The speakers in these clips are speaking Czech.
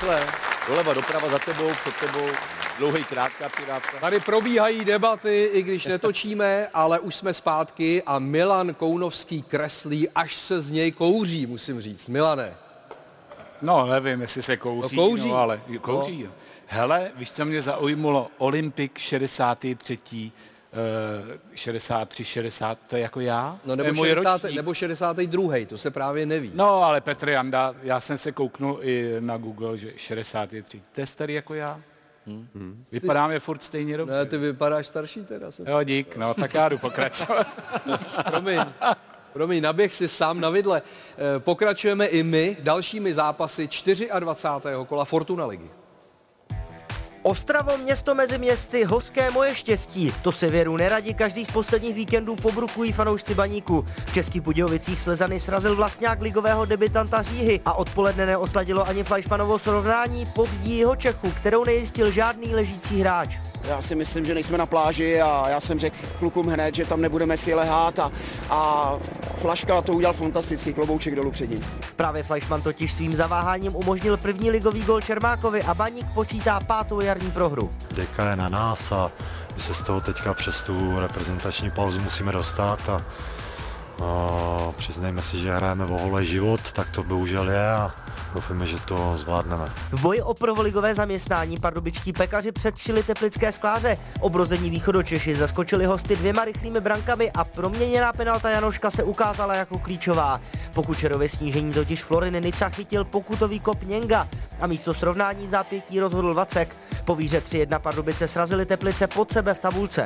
rychle. Doleva, doprava za tebou, před tebou, dlouhý, krátká pirátka. Tady probíhají debaty, i když netočíme, ale už jsme zpátky a Milan Kounovský kreslí, až se z něj kouří, musím říct. Milane. No, nevím, jestli se kouří, no, kouří. No, ale kouří. No. Hele, víš, co mě zaujmulo? Olympik 63. 63, 60, to je jako já? No nebo 62, to se právě neví. No, ale Petr Janda, já jsem se kouknul i na Google, že 63. To je starý jako já. Vypadáme furt stejně dobře. Ne, ty vypadáš starší teda. Jo, dík, no, tak já jdu pokračovat. Promiň, naběh si sám na vidle. Pokračujeme i my dalšími zápasy 24. kola Fortuna ligy. Ostravo, město mezi městy, hořké moje štěstí. To se věru neradi každý z posledních víkendů pobrukují fanoušci Baníku. V Českých Budějovicích Slezany srazil vlastňák ligového debitanta Říhy a odpoledne neosladilo ani Fleischmannovo srovnání povzdí jeho Čechu, kterou nejistil žádný ležící hráč. Já si myslím, že nejsme na pláži a já jsem řekl klukům hned, že tam nebudeme si lehat a Flaška to udělal fantastický, klobouček dolů před ním. Právě Fleischmann totiž svým zaváháním umožnil první ligový gól Čermákovi a Baník počítá 5. jarní prohru. Deka je na nás a my se z toho teďka přes tu reprezentační pauzu musíme dostat a přiznejme si, že hrajeme o holý život, tak to bohužel je a doufáme, že to zvládneme. V boji o prvoligové zaměstnání pardubičtí pekaři předčili teplické Skláře. Obrození Východočeši zaskočili hosty 2 rychlými brankami a proměněná penalta Janoška se ukázala jako klíčová. Po Kučerově snížení totiž Florin Nica chytil pokutový kop Něnga a místo srovnání v zápětí rozhodl Vacek. Po výhře 3-1 Pardubice srazili Teplice pod sebe v tabulce.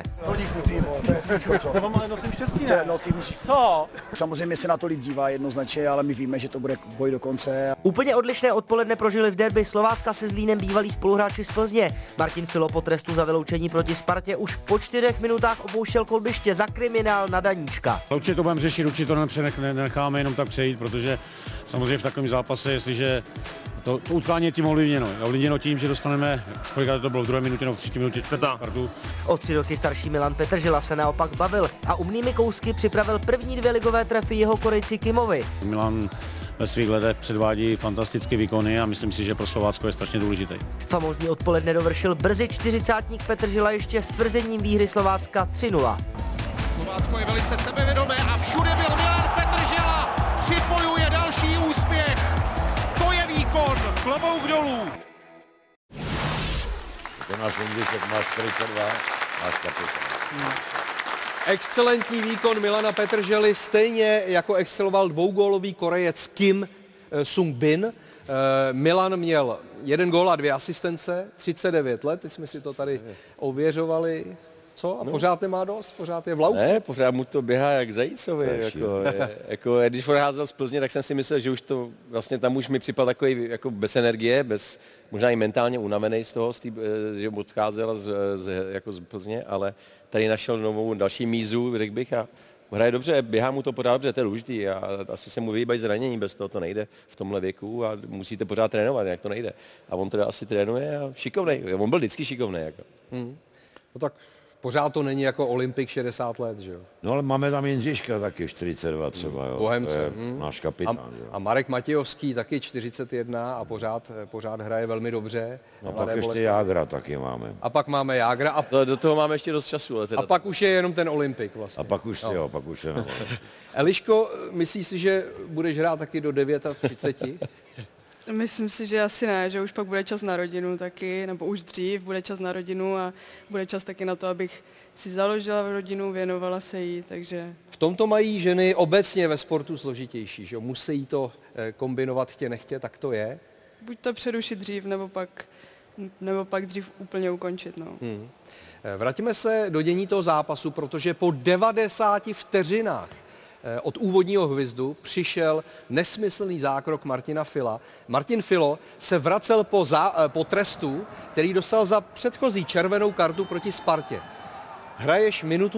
Co? Samozřejmě se na to líp dívá jednoznačně, ale my víme, že to bude boj do konce. Úplně odlišné odpoledne prožili v derby Slovácka se Zlínem bývalí spoluhráči z Plzně. Martin Filo po trestu za vyloučení proti Spartě už po 4 minutách opouštěl kolbiště za kriminál na Daníčka. Určitě to budeme řešit, určitě to necháme jenom tak přejít, protože samozřejmě v takovém zápase, jestliže to utkání je tím ovlivněno tím, že dostaneme, kolikrát to bylo v 2. minutě nebo v 3. minutě Spartu. O 3 roky starší Milan Petržila se naopak bavil a umnými kousky připravil první 2 ligové trefy jeho Korejci Kimovi. Milan ve svých letech předvádí fantastické výkony a myslím si, že pro Slovácko je strašně důležitý. Famózní odpoledne dovršil brzy 40-tník Petržila ještě s tvrzením výhry Slovácka 3-0. Slovácko je velice sebevědomé a všude byl Milan Petržila. Připojuje další úspěch. To je výkon, klobouk dolů. To nás Lundíček má 42 a kapitán. Excelentní výkon Milana Petržely, stejně jako exceloval 2gólový Korejec Kim Sung-bin. Milan měl 1 gól a 2 asistence, 39 let, teď jsme si to tady ověřovali. Co? A pořád nemá dost? Pořád je v laufu? Ne, pořád mu to běhá jak Zajícovi. Když odcházel z Plzně, tak jsem si myslel, že už to vlastně tam už mi připadal takový jako bez energie, možná i mentálně unavený z toho, že odcházel z Plzně, ale tady našel další mízu, řekl bych, a hraje dobře, běhá mu to pořád dobře, to je důležitý a asi se mu vyhýbají zranění, bez toho to nejde v tomhle věku a musíte pořád trénovat, jak to nejde. A on teda asi trénuje a šikovnej, on byl vždycky šikovnej. Jako. No tak pořád to není jako Olympik 60 let, že jo? No ale máme tam Jindřiška taky 42 třeba, jo. Bohemce. Náš kapitán. A Marek Matějovský taky 41 a pořád hraje velmi dobře. A pak ještě Jágra taky máme. A pak máme Jágra. A do toho máme ještě dost času. Ale a pak už je jenom ten Olympik vlastně. A pak už, jo, pak už je. No. Eliško, myslíš si, že budeš hrát taky do 39? Myslím si, že asi ne, že už pak bude čas na rodinu taky, nebo už dřív bude čas na rodinu a bude čas taky na to, abych si založila rodinu, věnovala se jí, takže... V tomto mají ženy obecně ve sportu složitější, že musí to kombinovat chtě nechtě, tak to je? Buď to přerušit dřív, nebo pak dřív úplně ukončit, no. Vrátíme se do dění toho zápasu, protože po 90 vteřinách od úvodního hvizdu přišel nesmyslný zákrok Martina Fila. Martin Filo se vracel po trestu, který dostal za předchozí červenou kartu proti Spartě. Hraješ 1,5 minuty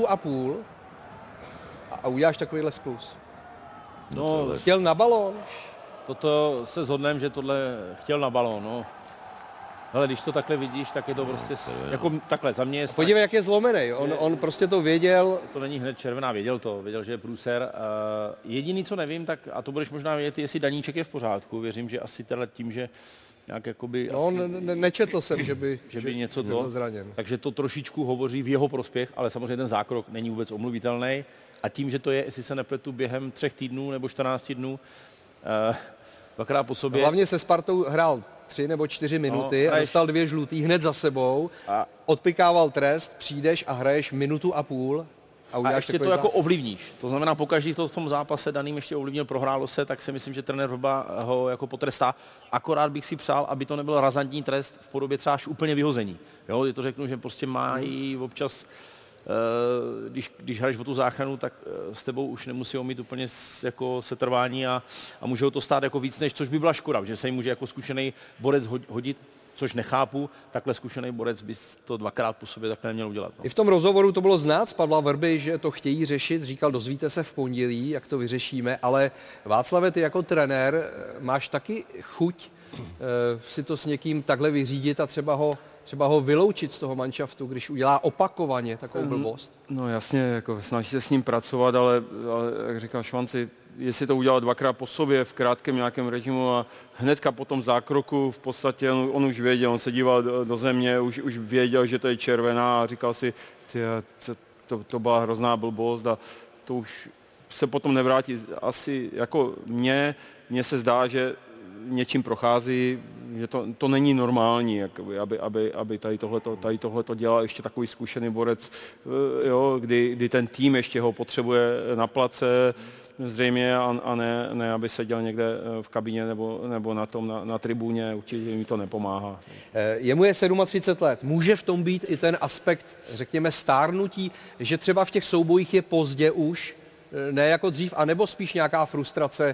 a uděláš takovýhle skluz. No, chtěl na balón? Toto se shodneme, že tohle chtěl na balón, no. Ale když to takhle vidíš, tak je to prostě jako takhle, za mě je... Podívej, jak je zlomený, on prostě to věděl. To není hned červená, věděl, že je průser. Jediný, co nevím, tak, a to budeš možná vědět, jestli Daníček je v pořádku. Věřím, že asi tím, že nějak jakoby... No, nečetl jsem, že by něco byl zraněn. Takže to trošičku hovoří v jeho prospěch, ale samozřejmě ten zákrok není vůbec omluvitelný. A tím, že to je, jestli se nepletu, během 3 týdnů nebo 14 dnů, dvakrát po sobě... Hlavně se Spartou hrál 3 nebo 4 minuty a dostal 2 žlutý hned za sebou, odpikával trest, přijdeš a hraješ 1,5 minuty a ještě to jako ovlivníš. To znamená, pokaždý to v tom zápase daným ještě ovlivnil, prohrálo se, tak si myslím, že trenér Vrba ho jako potrestá. Akorát bych si přál, aby to nebyl razantní trest v podobě třeba až úplně vyhození. Jo, je to řeknu, že prostě mají občas, když hraješ o tu záchranu, tak s tebou už nemusí mít úplně jako setrvání a může ho to stát jako víc, než což by byla škoda, že se jim může jako zkušený borec hodit, což nechápu, takhle zkušený borec by to 2krát po sobě takhle neměl udělat. No. I v tom rozhovoru to bylo znát z Pavla Vrby, že to chtějí řešit, říkal, dozvíte se v pondělí, jak to vyřešíme, ale Václave, ty jako trenér máš taky chuť si to s někým takhle vyřídit a třeba ho vyloučit z toho manšaftu, když udělá opakovaně takovou blbost? No jasně, jako snaží se s ním pracovat, ale jak říkal Švanci, jestli to udělal 2krát po sobě v krátkém nějakém režimu a hnedka po tom zákroku v podstatě on už věděl, on se díval do země, už věděl, že to je červená a říkal si, to byla hrozná blbost a to už se potom nevrátí. Asi jako mně se zdá, že něčím prochází, že to není normální, jakoby, aby tady tohleto dělal ještě takový zkušený borec, jo, kdy ten tým ještě ho potřebuje na place zřejmě a ne aby seděl někde v kabině nebo na tribuně, určitě mi to nepomáhá. Jemu je 37 let, může v tom být i ten aspekt, řekněme, stárnutí, že třeba v těch soubojích je pozdě už, ne jako dřív, anebo spíš nějaká frustrace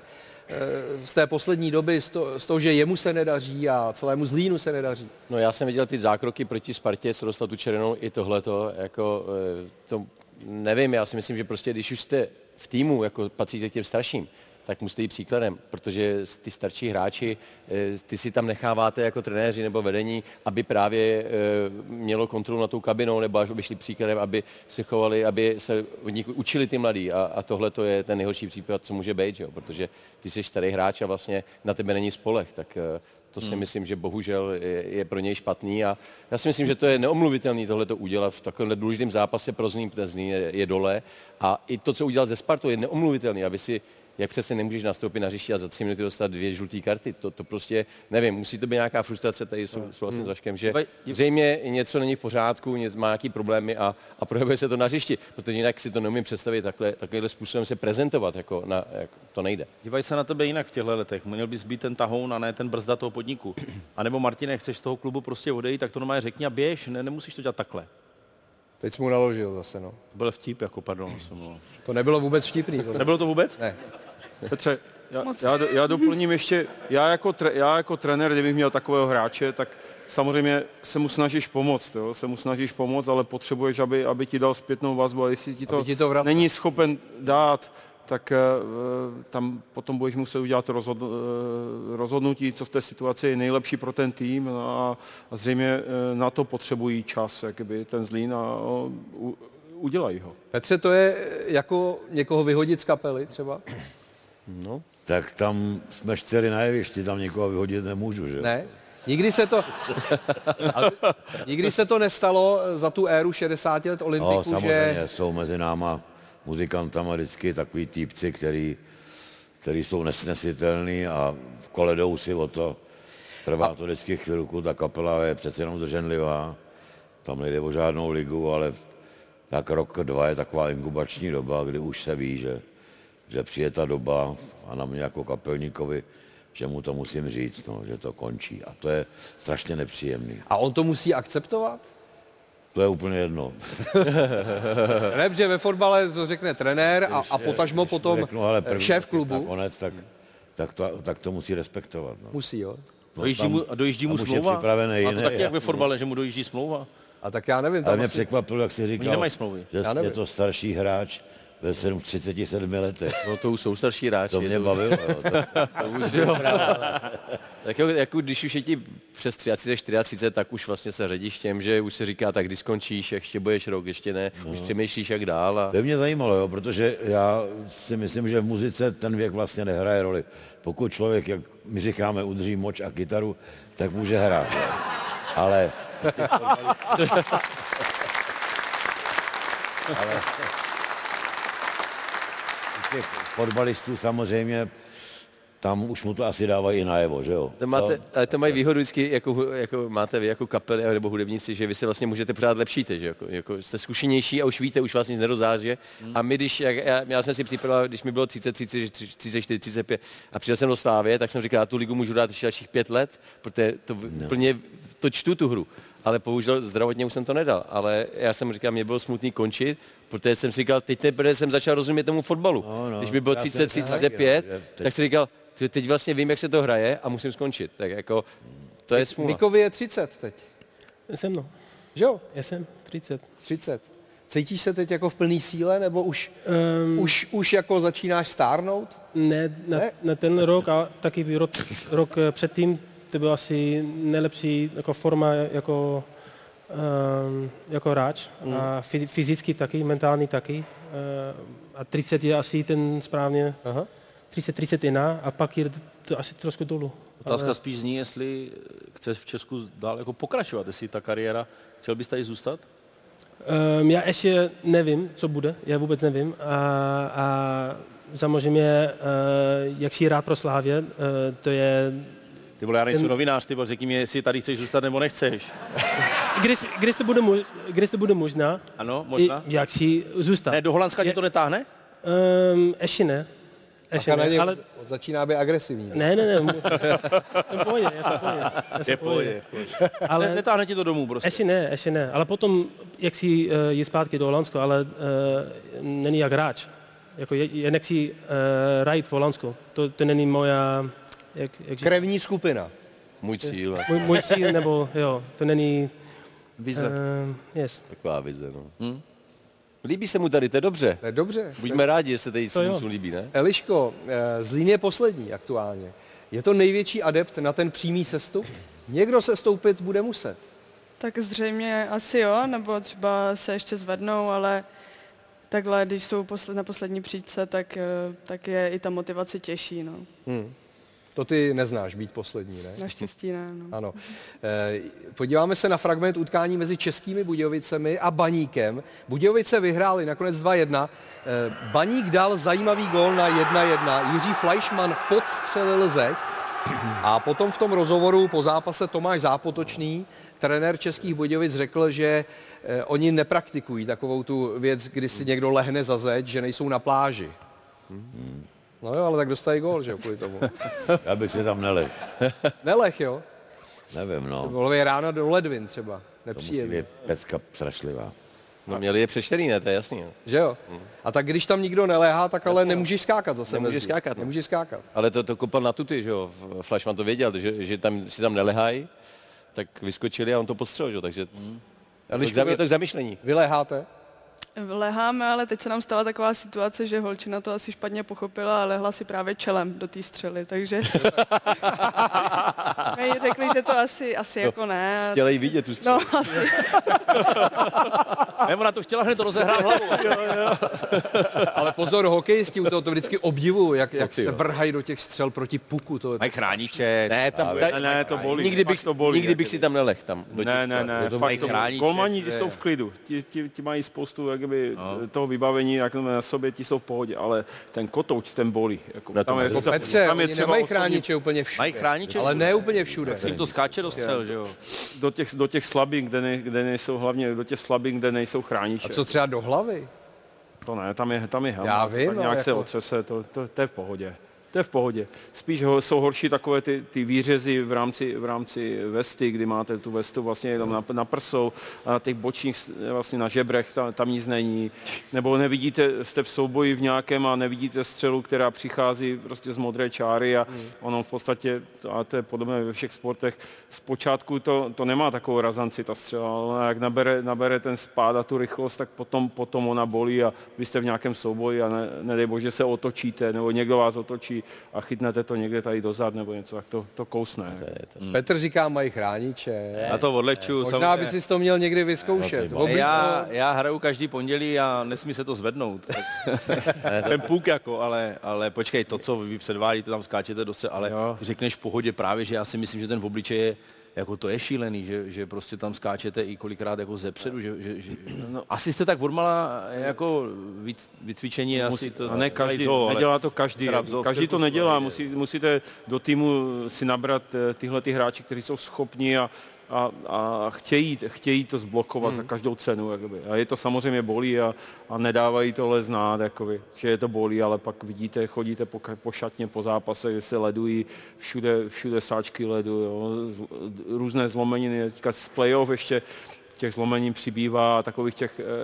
z té poslední doby, z toho, že jemu se nedaří a celému Zlínu se nedaří? No já jsem viděl ty zákroky proti Spartě, co dostal tu červenou, i tohleto, jako to nevím, já si myslím, že prostě když už jste v týmu, jako patříte k těm starším, tak musíte jít příkladem, protože ty starší hráči, ty si tam necháváte jako trenéři nebo vedení, aby právě mělo kontrolu nad tou kabinou, nebo aby šli příkladem, aby se chovali, aby se od nich učili ty mladí. A tohle to je ten nejhorší případ, co může být, jo? Protože ty jsi starý hráč a vlastně na tebe není spoleh, tak to si myslím, že bohužel je pro něj špatný a já si myslím, že to je neomluvitelný tohleto udělat v takovém důležitém zápase pro Zlín, ten Zlín je dole a i to, co udělal ze Spartou, je neomluvitelný, aby si jak přesně nemůžeš nastoupit na hřišti a za 3 minuty dostat 2 žluté karty. To prostě, nevím, musí to být nějaká frustrace, tady souhlasím s Vaškem, že zřejmě něco není v pořádku, má nějaký problémy a projevuje se to na hřišti, protože jinak si to neumím představit takovýhle způsobem se prezentovat, jako to nejde. Dívají se na tebe jinak v těchto letech, měl bys být ten tahoun a ne ten brzda toho podniku. A nebo Martine, chceš z toho klubu prostě odejít, tak to normálně řekni a běž, nemusíš to dělat takhle. Teď jsi mu naložil zase, no. To byl vtip, jako pardon. To nebylo vůbec vtipný. Nebylo to vůbec? Ne. Petře, já doplním ještě, já jako trenér, kdybych měl takového hráče, tak samozřejmě se mu snažíš pomoct, ale potřebuješ, aby ti dal zpětnou vazbu a jestli ti to není schopen dát, tak tam potom budeš muset udělat rozhodnutí, co z té situace je nejlepší pro ten tým a zřejmě na to potřebují čas, jakoby ten Zlín a udělají ho. Petře, to je jako někoho vyhodit z kapely třeba? No, tak tam jsme 4 na jevišti, tam někoho vyhodit nemůžu, že? Ne, nikdy se to nestalo za tu éru 60 let olympiku, no, samozřejmě, jsou mezi náma muzikantama vždycky takový týpci, který jsou nesnesitelný a koledou si o to. Trvá to vždycky chvilku, ta kapela je přece jenom drženlivá, tam nejde o žádnou ligu, ale tak rok, 2 je taková inkubační doba, kdy už se ví, že přijde ta doba a na mě jako kapelníkovi, že mu to musím říct, no, že to končí. A to je strašně nepříjemný. A on to musí akceptovat? To je úplně jedno. Ne, že ve fotbale to řekne trenér a potažmo potom řeknu, šéf klubu. Nakonec, tak to musí respektovat. No. Musí, jo. Dojíždí mu smlouva? A to taky jak ve fotbale, že mu dojíždí smlouva? A tak já nevím. Ale mě překvapilo, jak jsi říkal, že je to starší hráč, ve 37 letech. No to už jsou starší hráči. To mě bavilo, jo. To už jo. Tak jako když už je ti přes 33, 34, tak už vlastně se řadíš těm, že už se říká, tak kdy skončíš, ještě budeš rok, ještě ne, už přemýšlíš jak dál. A... To mě zajímalo, jo, protože já si myslím, že v muzice ten věk vlastně nehraje roli. Pokud člověk, jak my říkáme, udrží moč a kytaru, tak může hrát. Jo. Ale těch fotbalistů samozřejmě, tam už mu to asi dávají i najevo, že jo? Ale to mají výhodu vždycky, jako máte vy jako kapely nebo hudebníci, že vy si vlastně můžete pořád lepšíte, že jako jste zkušenější a už víte, už vás nic nedozáře. A my, já jsem si připadal, když mi bylo 30, 34, 35 a přijel jsem do Slávie, tak jsem říkal, já tu ligu můžu dát ještě dalších 5 let, protože to plně to čtu tu hru. Ale bohužel zdravotně už jsem to nedal. Ale já jsem říkal, mě bylo smutný končit, protože jsem si říkal, teď teprve jsem začal rozumět tomu fotbalu. Když mi bylo 30, 35, tak jsem říkal, teď vlastně vím, jak se to hraje a musím skončit. Tak jako, to je smůla. Nikovi je 30 teď. Jsem no. Že jo? Já jsem 30. 30. Cítíš se teď jako v plný síle, nebo už jako začínáš stárnout? Ne, na ten rok a taky rok předtím to byl asi nejlepší jako forma jako hráč a fyzicky taky, mentální taky. A 30 je asi ten správně. 30-31 a pak je to asi trošku dolů. Otázka spíš zní, jestli chceš v Česku dál jako pokračovat, jestli ta kariéra, chtěl bys tady zůstat? Já ještě nevím, co bude, já vůbec nevím. A samozřejmě, jak si rád pro Slávě, to je... Ty vole, já nejsem novinář, ty vole, řekni mi, jestli tady chceš zůstat nebo nechceš. Když to bude možná. Ano, možná. Jak si zůstat. Ne, do Holandska tě to netáhne? Ještě ne. Ale začíná být agresivní. Ne. Jsem v pohodě, já jsem v pohodě. Ale netáhne ti to domů prostě. Ještě ne. Ale potom, jak si je zpátky do Holandska, ale není jak hráč. Jako já nechci rajit v Holandsku. To není moja... Krevní skupina. Můj cíl. Můj cíl, nebo jo, to není... Vize. Yes. Taková vize, no. Líbí se mu tady, to je dobře. To je dobře. Buďme rádi, že se tady s líbí, ne? Eliško, Zlín je poslední aktuálně. Je to největší adept na ten přímý sestup? Někdo se stoupit bude muset. Tak zřejmě asi jo, nebo třeba se ještě zvednou, ale takhle, když jsou na poslední příčce, tak je i ta motivace těžší, no. To ty neznáš, být poslední, ne? Naštěstí ne, no. Ano. Podíváme se na fragment utkání mezi Českými Budějovicemi a Baníkem. Budějovice vyhráli nakonec 2-1. Baník dal zajímavý gól na 1-1. Jiří Fleischmann podstřelil zeď. A potom v tom rozhovoru po zápase Tomáš Zápotočný, trenér Českých Budějovic, řekl, že oni nepraktikují takovou tu věc, kdy si někdo lehne za zeď, že nejsou na pláži. No jo, ale tak dostají gól, že jo, kvůli tomu. Já bych se tam neleh. Nelech, jo? Nevím, no. Golově rána do ledvin třeba. Nepříjemný. To musí být pecka strašlivá. No měli je přečtený, ne, to je jasný. Jo. Že jo? A tak když tam nikdo neléhá, tak ale nemůžeš skákat zase. Nemůžeš skákat. Ale to kopal na tuty, že jo. Fleischmann to věděl, že tam si tam nelehají, tak vyskočili a on to postřelil, že jo, takže je to k zamyšlení. Vy léháte? Leháme, ale teď se nám stala taková situace, že holčina to asi špatně pochopila a lehla si právě čelem do té střely, takže jsme jí řekli, že to asi jako ne. Chtěla jí vidět tu střelu. No, asi. Ona to chtěla hned to rozehrát hlavou. Ale pozor, hokejisti u toho to vždycky obdivují, jak se vrhají do těch střel proti puku. Mají chrániče. Ne, to bolí. Nikdy bych si tam neleh tam. Ne, fakt to bolí. Golmani, ti jsou v klidu. Ti mají spoustu toho vybavení jak na sobě, ti jsou v pohodě, ale ten kotouč, ten bolí. Petře, oni nemají chrániče úplně všude. Mají chrániče, ale ne úplně všude. Tak se jim to skáče do střel, že jo? Do těch slabin, kde nejsou hlavně, do těch slabin, kde nejsou chrániče. A co třeba do hlavy? To ne, tam je helma. Já vím, tak nějak se otřese, to je v pohodě. to je v pohodě. Spíš jsou horší takové ty výřezy v rámci vesty, kdy máte tu vestu vlastně jenom na prsou a na těch bočních vlastně na žebrech tam nic není. Nebo nevidíte, jste v souboji v nějakém a nevidíte střelu, která přichází prostě z modré čáry a ono v podstatě, a to je podobné ve všech sportech, zpočátku to nemá takovou razanci ta střela, ale jak nabere ten spád a tu rychlost, tak potom ona bolí a vy jste v nějakém souboji a nedej bože se otočíte, nebo někdo vás otočí a chytnete to někde tady dozad nebo něco, tak to kousne. Petr říká, mají chrániče. Já to odlehčuju. Možná by si to měl někdy vyzkoušet. Já hraju každý pondělí a nesmí se to zvednout. Ten puk jako, ale počkej, to, co vy předvádíte, tam skáčete ale řekneš v pohodě právě, že já si myslím, že ten v obličeji je jako to je šílený, že prostě tam skáčete i kolikrát jako zepředu, no, asi jste tak odmala jako vycvičení, asi to... A ne každý, nedělá to každý, každý to nedělá, musíte do týmu si nabrat tyhle hráči, kteří jsou schopní a chtějí to zblokovat za každou cenu. Jakoby. A je to samozřejmě bolí a nedávají tohle znát, jakoby, že je to bolí, ale pak vidíte, chodíte po šatně, po zápase, kde se ledují, všude sáčky ledu, jo, různé zlomeniny, teďka z play-off ještě těch zlomenin přibývá a takových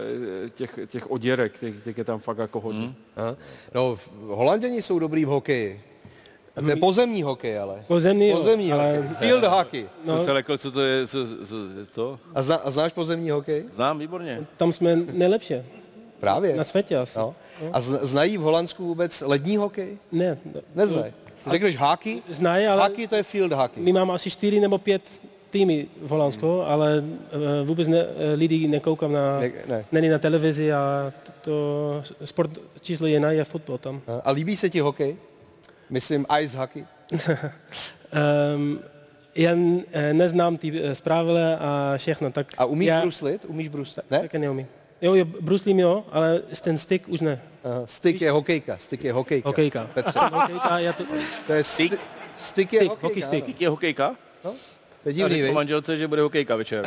těch oděrek, těch je tam fakt jako hodně. No, Holanděni jsou dobrý v hokeji. A to je pozemní hokej, ale. Pozemní hokej. Field hockey. No. Co se lekl, co to je, co to? A znáš pozemní hokej? Znám, výborně. Tam jsme nejlepší. Právě. Na světě asi. No. A znají v Holandsku vůbec lední hokej? Ne. Neznají. Řekneš hockey? Znají, ale... Hockey to je field hockey. My máme asi 4 nebo 5 týmy v Holandsku, ale vůbec lidi nekoukám není na televizi a to sport číslo 1 je fotbal tam. A líbí se ti hokej? Myslím ice hockey. Já neznám ty zprávy a všechno. Tak a umíš bruslit? Umíš bruslit? Ne? Taky neumím. Jo, bruslím jo, ale ten stick už ne. Stick je hokejka. Hokejka. Hokejka je to je stick. Stick je hokejka. Hockey stick. Stick je hokejka? No. To je divný, po manželce, že bude hokejka večer.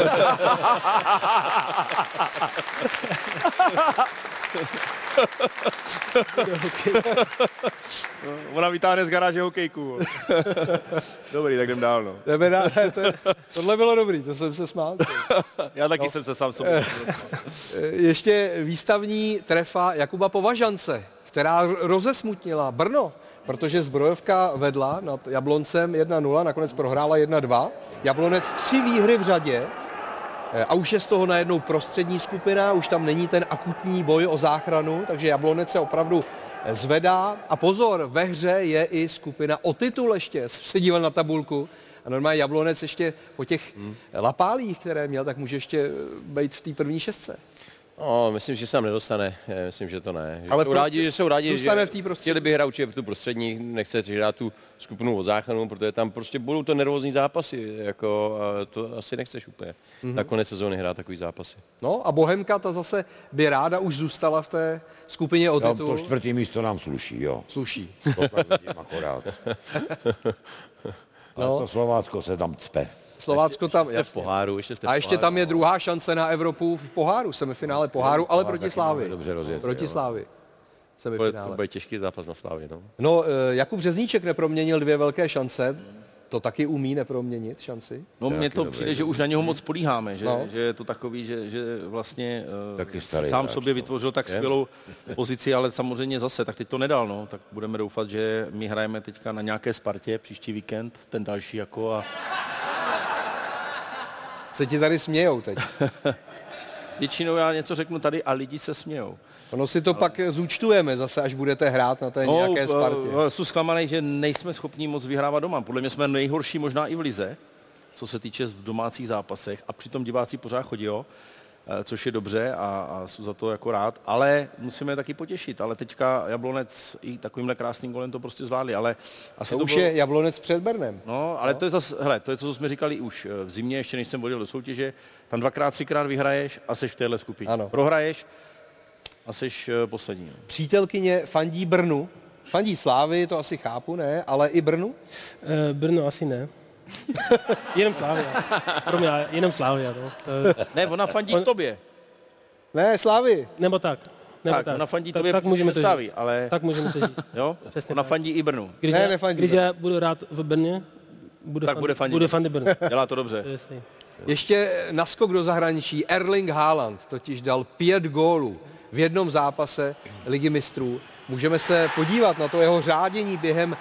Ona vytáhne z garáže hokejku. Dobrý, tak jdem dál. No. Tohle bylo dobrý, to jsem se smál. Já taky jsem se sám sobě. Ještě výstavní trefa Jakuba Považance, která rozesmutnila Brno, protože Zbrojovka vedla nad Jabloncem 1-0, nakonec prohrála 1-2. Jablonec 3 výhry v řadě a už je z toho najednou prostřední skupina, už tam není ten akutní boj o záchranu, takže Jablonec se opravdu zvedá. A pozor, ve hře je i skupina o titul ještě, jsem se díval na tabulku. A normálně Jablonec ještě po těch lapálích, které měl, tak může ještě být v té první šestce. No, myslím, že se tam nedostane. Myslím, že to ne. Ale jsou rádi, že v chtěli by hrát určitě tu prostřední, nechce hrát tu skupinu o záchranu, protože tam prostě budou to nervózní zápasy, jako to asi nechceš úplně. Na konec sezóny hrát takový zápasy. No a Bohemka ta zase by ráda už zůstala v té skupině o titul. To 4. místo nám sluší, jo. Sluší. To vidím akorát. Ale to Slovácko se tam cpe. Slovácko tam je v poháru. A ještě tam je druhá šance na Evropu v poháru, semifinále poháru, ale proti Slávii. Dobře rozjet. Proti Slávii. To bude těžký zápas na Slávii, no. No, Jakub Řezníček neproměnil 2 velké šance. To taky umí neproměnit šanci? No mně to přijde, že už na něho moc políháme, že je to takový, že vlastně sám sobě vytvořil tak skvělou pozici, ale samozřejmě zase, tak teď to nedal, no. Tak budeme doufat, že my hrajeme teďka na nějaké Spartě příští víkend, ten další jako a... Se ti tady smějou teď. Většinou já něco řeknu tady a lidi se smějou. Ono si to pak zúčtujeme zase, až budete hrát na té nějaké Spartě. Jsem zklamaný, že nejsme schopni moc vyhrávat doma. Podle mě jsme nejhorší možná i v lize, co se týče v domácích zápasech. A přitom diváci pořád chodí, což je dobře a jsou za to jako rád. Ale musíme je taky potěšit. Ale teďka Jablonec i takovýmhle krásným golem to prostě zvládli. Ale asi to už je Jablonec před Brnem. No, ale to je zase, hele, to je to, co jsme říkali už v zimě, ještě než jsem odjel do soutěže. Tam 2x, 3x vyhraješ a seš v téhle skupině. Ano. Prohraješ a seš poslední. Přítelkyně fandí Brnu. Fandí Slávy, to asi chápu, ne? Ale i Brnu? Brno asi ne. Jenom Slávia. Pro mě jenom Slávia. No. Ne, ona fandí k tobě. Ne, Slávy. Nebo tak. Tak, ona fandí tobě, tak můžeme to říct. Ale... Tak můžeme to říct. Jo? Ona fandí i Brnu. Když já budu rád v Brně, bude fandit Brnu. Dělá to dobře. Ještě naskok do zahraničí. Erling Haaland totiž dal 5 gólů v jednom zápase Ligy mistrů. Můžeme se podívat na to jeho řádění během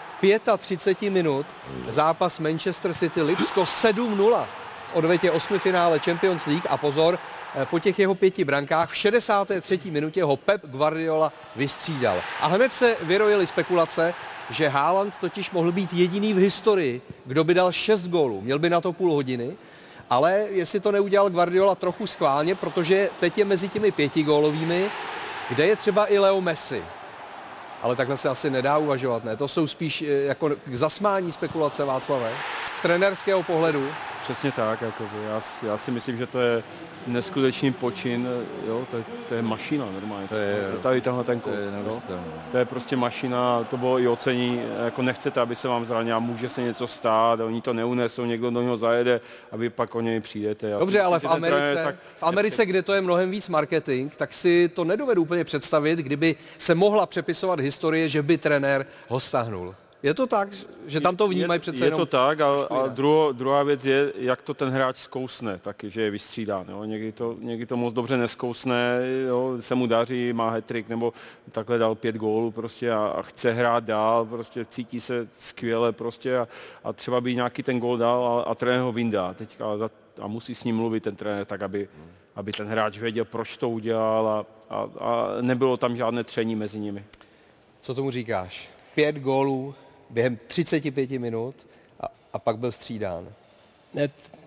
35 minut. Zápas Manchester City Lipsko 7-0 v odvetě 8. finále Champions League. A pozor, po těch jeho 5 brankách v 63. minutě ho Pep Guardiola vystřídal. A hned se vyrojily spekulace, že Haaland totiž mohl být jediný v historii, kdo by dal 6 gólů. Měl by na to půl hodiny. Ale jestli to neudělal Guardiola trochu schválně, protože teď je mezi těmi 5 gólovými, kde je třeba i Leo Messi. Ale takhle se asi nedá uvažovat, ne? To jsou spíš jako k zasmání spekulace, Václave. Z trenérského pohledu. Přesně tak, jakoby. Já si myslím, že to je neskutečný počin, jo, to je mašina normálně. To je tady tenhle ten kol, to je prostě mašina, to bylo i ocení, jako nechcete, aby se vám zranil, může se něco stát, oni to neunesou, někdo do něho zajede a vy pak o něj přijdete. Dobře, ale v Americe, kde to je mnohem víc marketing, tak si to nedovedu úplně představit, kdyby se mohla přepisovat historie, že by trenér ho stáhnul. Je to tak, že tam to vnímají přece jenom? Je to tak, a druhá věc je, jak to ten hráč zkousne taky, že je vystřídán. Jo. Někdy to moc dobře neskousne, jo, se mu daří, má hat-trick, nebo takhle dal 5 gólů prostě a chce hrát dál, prostě cítí se skvěle prostě a třeba by nějaký ten gól dal a trenér ho vyndá teďka a musí s ním mluvit ten trenér tak, aby ten hráč věděl, proč to udělal a nebylo tam žádné tření mezi nimi. Co tomu říkáš? 5 gólů během 35 minut a pak byl střídán. Ne,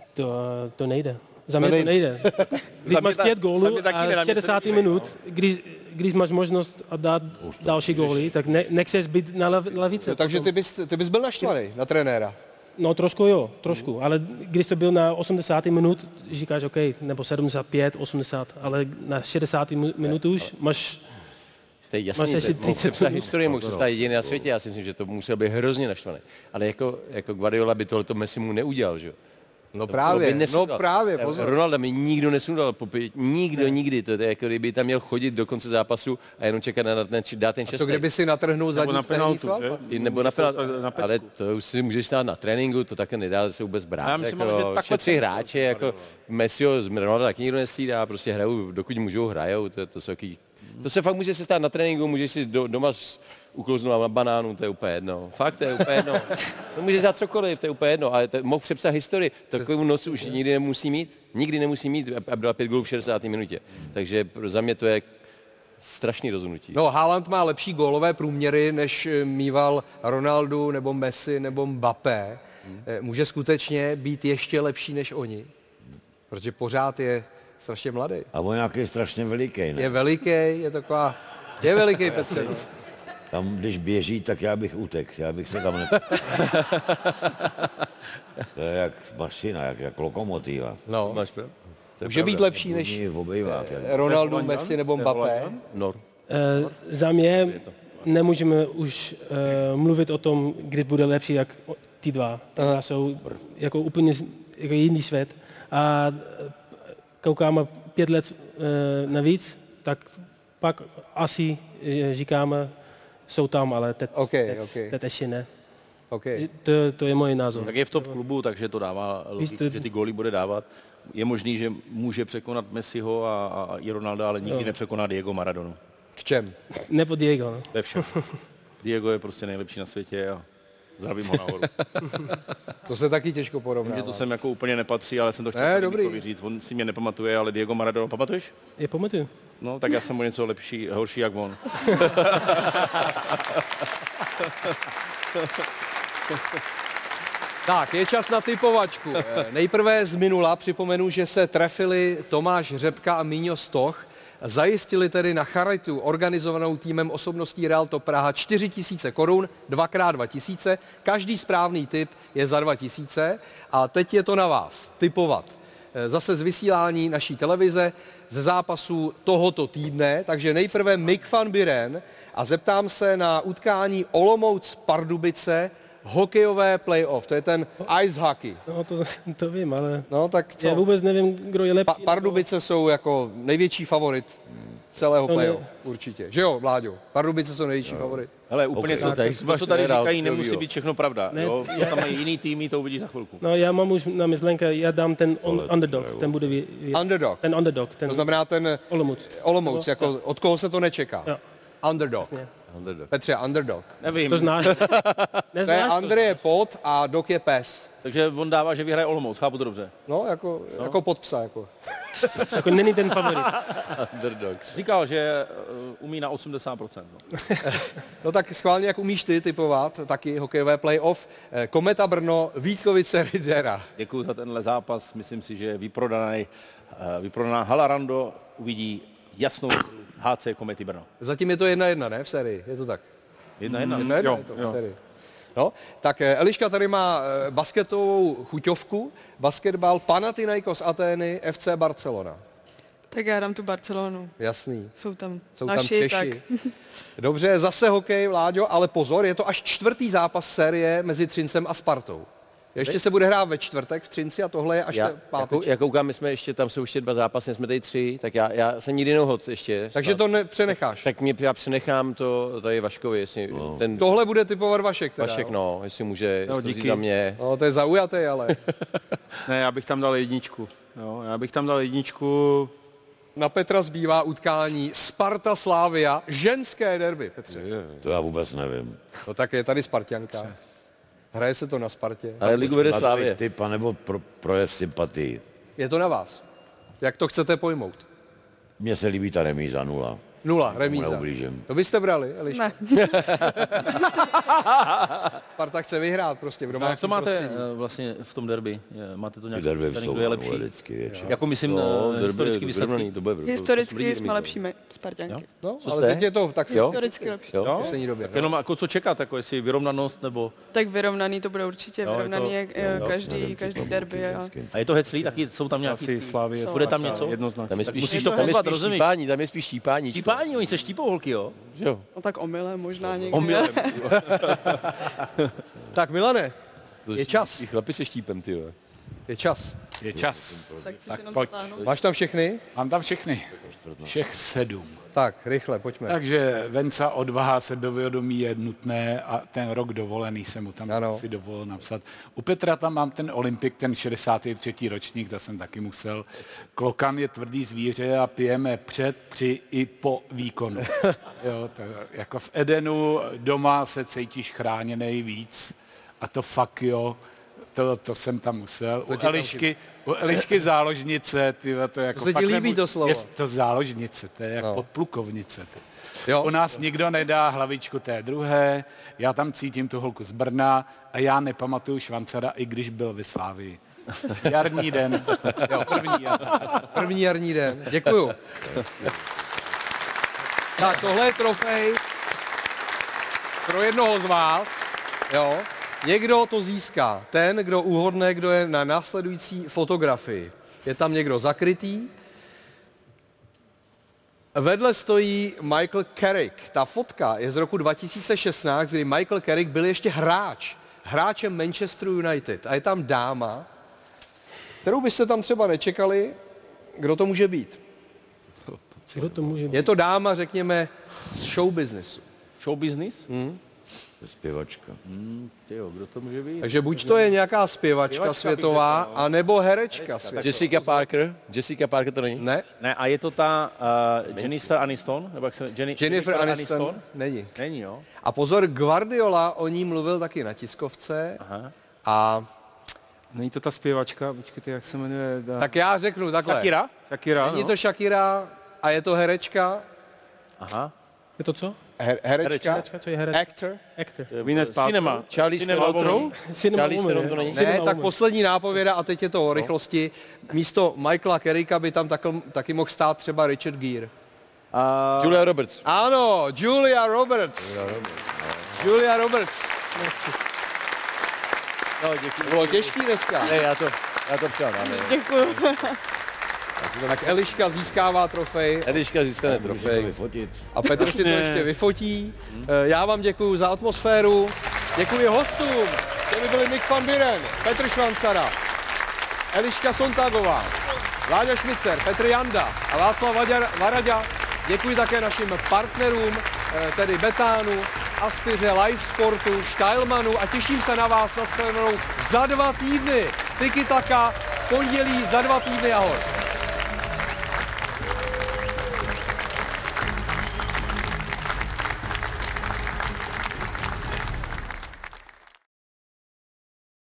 to nejde. Za mě to nejde. Když máš 5 gólů a 60 minut, když máš možnost dát další góly, tak nechceš být na lavice. No, takže ty bys byl naštvaný na trenéra? No trošku jo, trošku, ale když to byl na 80 minut, říkáš OK, nebo 75, 80, ale na 60 minut už máš... To je jasný, to historie mohl se stát jediný na světě, já si myslím, že to musel být hrozně naštvaný. Ale jako Guardiola by tohleto Messi mu neudělal, že jo? No právě, pozor. Ronalda mi nikdo nesundal, nikdy, to je jako kdyby tam měl chodit do konce zápasu a jenom čekat na dát ten šestek. A co kdyby si natrhnul zadní na penaltu, nebo na penaltu, ale to už si můžeš stát na tréninku, to také nedá se vůbec brát. Já myslím, jako, že takhle 3 hráče, jako Messiho z Ronalda taky nikdo nestřídá, prostě hrajou, dokud můžou, hrajou, to se fakt může se stát na tréninku, můžeš si doma uklouznout na banánu, to je úplně jedno. Fakt, to je úplně jedno. To může dát cokoliv, to je úplně jedno, ale mohl přepsat historii. Takovou noc už nikdy nemusí mít, aby dala 5 gólů v 60. minutě. Takže za mě to je strašný rozhodnutí. No, Haaland má lepší gólové průměry, než mýval Ronaldo, nebo Messi, nebo Mbappé. Může skutečně být ještě lepší než oni? Protože pořád je strašně mladý. A on nějaký strašně veliký, ne? Je veliký, je veliký, Petře. Tam, když běží, tak já bych utekl, já bych se tam To je jak mašina, jak lokomotiva. No. Může být lepší než Ronaldo, Messi nebo Mbappé? Za mě nemůžeme už mluvit o tom, kdy bude lepší jak ty dva. Tam jsou jako úplně jako jiný svět. A koukáme 5 let navíc, tak pak asi říkáme, jsou tam, ale teď ještě ne. Okay. To je můj názor. Tak je v top klubu, takže to dává logiku, že ty góly bude dávat. Je možný, že může překonat Messiho a i Ronalda, ale nikdy nepřekoná Diego Maradonu. V čem? Nebo Diego. No. Ve všem. Diego je prostě nejlepší na světě a zdravím ho nahoru. To se taky těžko porovná. Že to sem jako úplně nepatří, ale jsem to chtěl říct. On si mě nepamatuje, ale Diego Maradona, pamatuješ? Je pamatuju. No, tak já jsem o něco horší jak on. Tak, je čas na typovačku. Nejprve z minula připomenu, že se trefili Tomáš Řepka a Míňo Stoch. Zajistili tedy na charitu organizovanou týmem osobností Real Top Praha 4 000 korun, 2x2 000. Každý správný tip je za 2 000. A teď je to na vás, tipovat. Zase z vysílání naší televize, ze zápasu tohoto týdne. Takže nejprve Mick van Buren a zeptám se na utkání Olomouc Pardubice, hokejové playoff, to je ten ice hockey. No to vím, ale no, tak co? Já vůbec nevím, kdo je lepší. Pardubice jsou jako největší favorit celého playoff, určitě. Že jo, Vláďo? Pardubice jsou největší favorit. Hele, úplně Okay. to teď. Co tady říkají, nemusí být všechno pravda. Ne, Jo? Co tam mají jiný týmy, to uvidí za chvilku. No já mám už na myšlenka, já dám ten underdog, ten bude Underdog. Ten underdog. Ten To znamená ten Olomouc, jako jo. od koho se to nečeká. Jo. Underdog. Petře, underdog. Nevím. To znáš? To je Andrej je pod a dog je pes. Takže on dává, že vyhraje Olomouc, chápu to dobře. No, jako pod psa, jako. Jako není ten favorit. Underdogs. Říkal, že umí na 80%. No. No tak schválně, jak umíš ty typovat, taky hokejové playoff. Kometa Brno, Vítkovice, Ridera. Děkuji za tenhle zápas, myslím si, že vyprodaná hala Rando uvidí jasnou HC Komety Brno. Zatím je to 1-1, ne, v sérii, je to tak? 1-1. 1-1 je to v sérii. No, tak Eliška tady má basketovou chuťovku, basketbal Panathinaikos Atény, FC Barcelona. Tak já dám tu Barcelonu. Jasný. Jsou tam Jsou naši, tam Češi. tak. Dobře, zase hokej, Vláďo, ale pozor, je to až 4. zápas série mezi Třincem a Spartou. Ještě se bude hrát ve čtvrtek v Třinci a tohle je až pátek. Jak koukám, my jsme ještě, tam jsou ještě 2 zápasy, jsme tady 3, tak já jsem nikdy nehoď ještě. Takže to přenecháš. Tak já přenechám to tady Vaškovi, jestli ten... Tohle bude typovat Vašek teda, Vašek, jo? no, jestli může, No, to díky. říct za mě. No, to je zaujatý, ale. Ne, já bych tam dal 1. Jo, já bych tam dal 1. Na Petra zbývá utkání Sparta Slavia, ženské derby, Petře. To já vůbec nevím. No tak je tady Sparťanka. Hraje se to na Spartě. Ale ligu vede Slavie. Typ, anebo projev sympatii. Je to na vás. Jak to chcete pojmout? Mně se líbí ta remíza 0. 0, remíza. Neublížím. To byste brali, Eliško? Ne. Sparta chce vyhrát prostě v A domácím co máte prostředí. vlastně v tom derby? Máte to nějaký Derby ten, jsou kdo je lepší? vždycky větší. Jako myslím historicky výsledky. Historicky jsme lepší Sparťanky. No, ale teď je to tak Historicky lepší. v poslední době. Tak jenom jako co čekat, jako jestli vyrovnanost nebo... Tak vyrovnaný to bude určitě, Jo, je to- vyrovnaný je jo, každý derby. A je to heclý, taky jsou tam nějaký... Asi Slavie. Bude tam něco? Jednoznačně. Tam je Tak spíš, musíš to tam je pozvat, spíš rozumíš? štípání, tam je spíš štípání. Štípání, oni se štípou holky, jo? Jo. No tak omylem možná někdy. Omylem. Tak Milane, je čas. Ty chlapi se štípem, ty jo. Je čas. Je čas. Tak pojď. Máš tam všechny? Mám tam všechny. Všech 7. Tak, rychle, pojďme. Takže Venca, odvaha, sebevědomí je nutné a ten rok dovolený jsem mu tam si dovolil napsat. U Petra tam mám ten Olympik, ten 63. ročník, to jsem taky musel. Klokan je tvrdý zvíře a pijeme před, při i po výkonu. Jo, to, jako v Edenu doma se cítíš chráněnej víc a to fakt jo. To jsem tam musel. U Elišky záložnice, tyhle, to jako to se ti líbí to slovo. Je to záložnice, to je jako podplukovnice. Jo. U nás nikdo nedá hlavičku té druhé, já tam cítím tu holku z Brna a já nepamatuju Švancara, i když byl ve Slávii. Jarní den. Jo, první jarní den. Děkuju. Tak, tohle je trofej pro jednoho z vás. Jo. Někdo to získá. Ten, kdo uhodne, kdo je na následující fotografii. Je tam někdo zakrytý. Vedle stojí Michael Carrick. Ta fotka je z roku 2016, kdy Michael Carrick byl ještě hráčem Manchester United. A je tam dáma, kterou byste tam třeba nečekali. Kdo to může být? Kdo to může být? Je to dáma, řekněme, z show businessu. Show business? Zpěvačka. Tyjo, kdo to může být? Takže buď to je nějaká zpěvačka světová, anebo herečka světová. Jessica Parker to není? Ne. Ne, a je to ta Jennifer Aniston? Nebo jak se, Jennifer Aniston není. Není, jo? A pozor, Guardiola o ní mluvil taky na tiskovce. Aha. A Není to ta zpěvačka, počkejte, jak se jmenuje? tak já řeknu takhle. Shakira, Není no. to Shakira a je to herečka. Aha. Je to co? Herečka. Co je herečka? Actor. Gwyneth Paltrow. Cinema. Charlize Theron? Charlize Theron to není? Ne, tak poslední nápověda a teď je to o rychlosti. Místo Michaela Carricka by tam taky mohl stát třeba Richard Gere. Julia Roberts. Ano, Julia Roberts. Julia Roberts. No, děkuji. Bylo těžký dneska. Ne, já to přijal. Děkuju. Tak Eliška získává trofej. Eliška získane trofej. A Petr si to ještě vyfotí. Já vám děkuji za atmosféru. Děkuji hostům. Těmi byli Mick van Buren, Petr Švancara, Eliška Sontagová, Láďa Šmicer, Petr Janda a Václav Varaďa Děkuji také našim partnerům, tedy Betánu, Aspiře, Live Sportu, Steilmanu a těším se na vás na shledanou za 2 týdny. Tiki Taka, pondělí za 2 týdny, ahoj.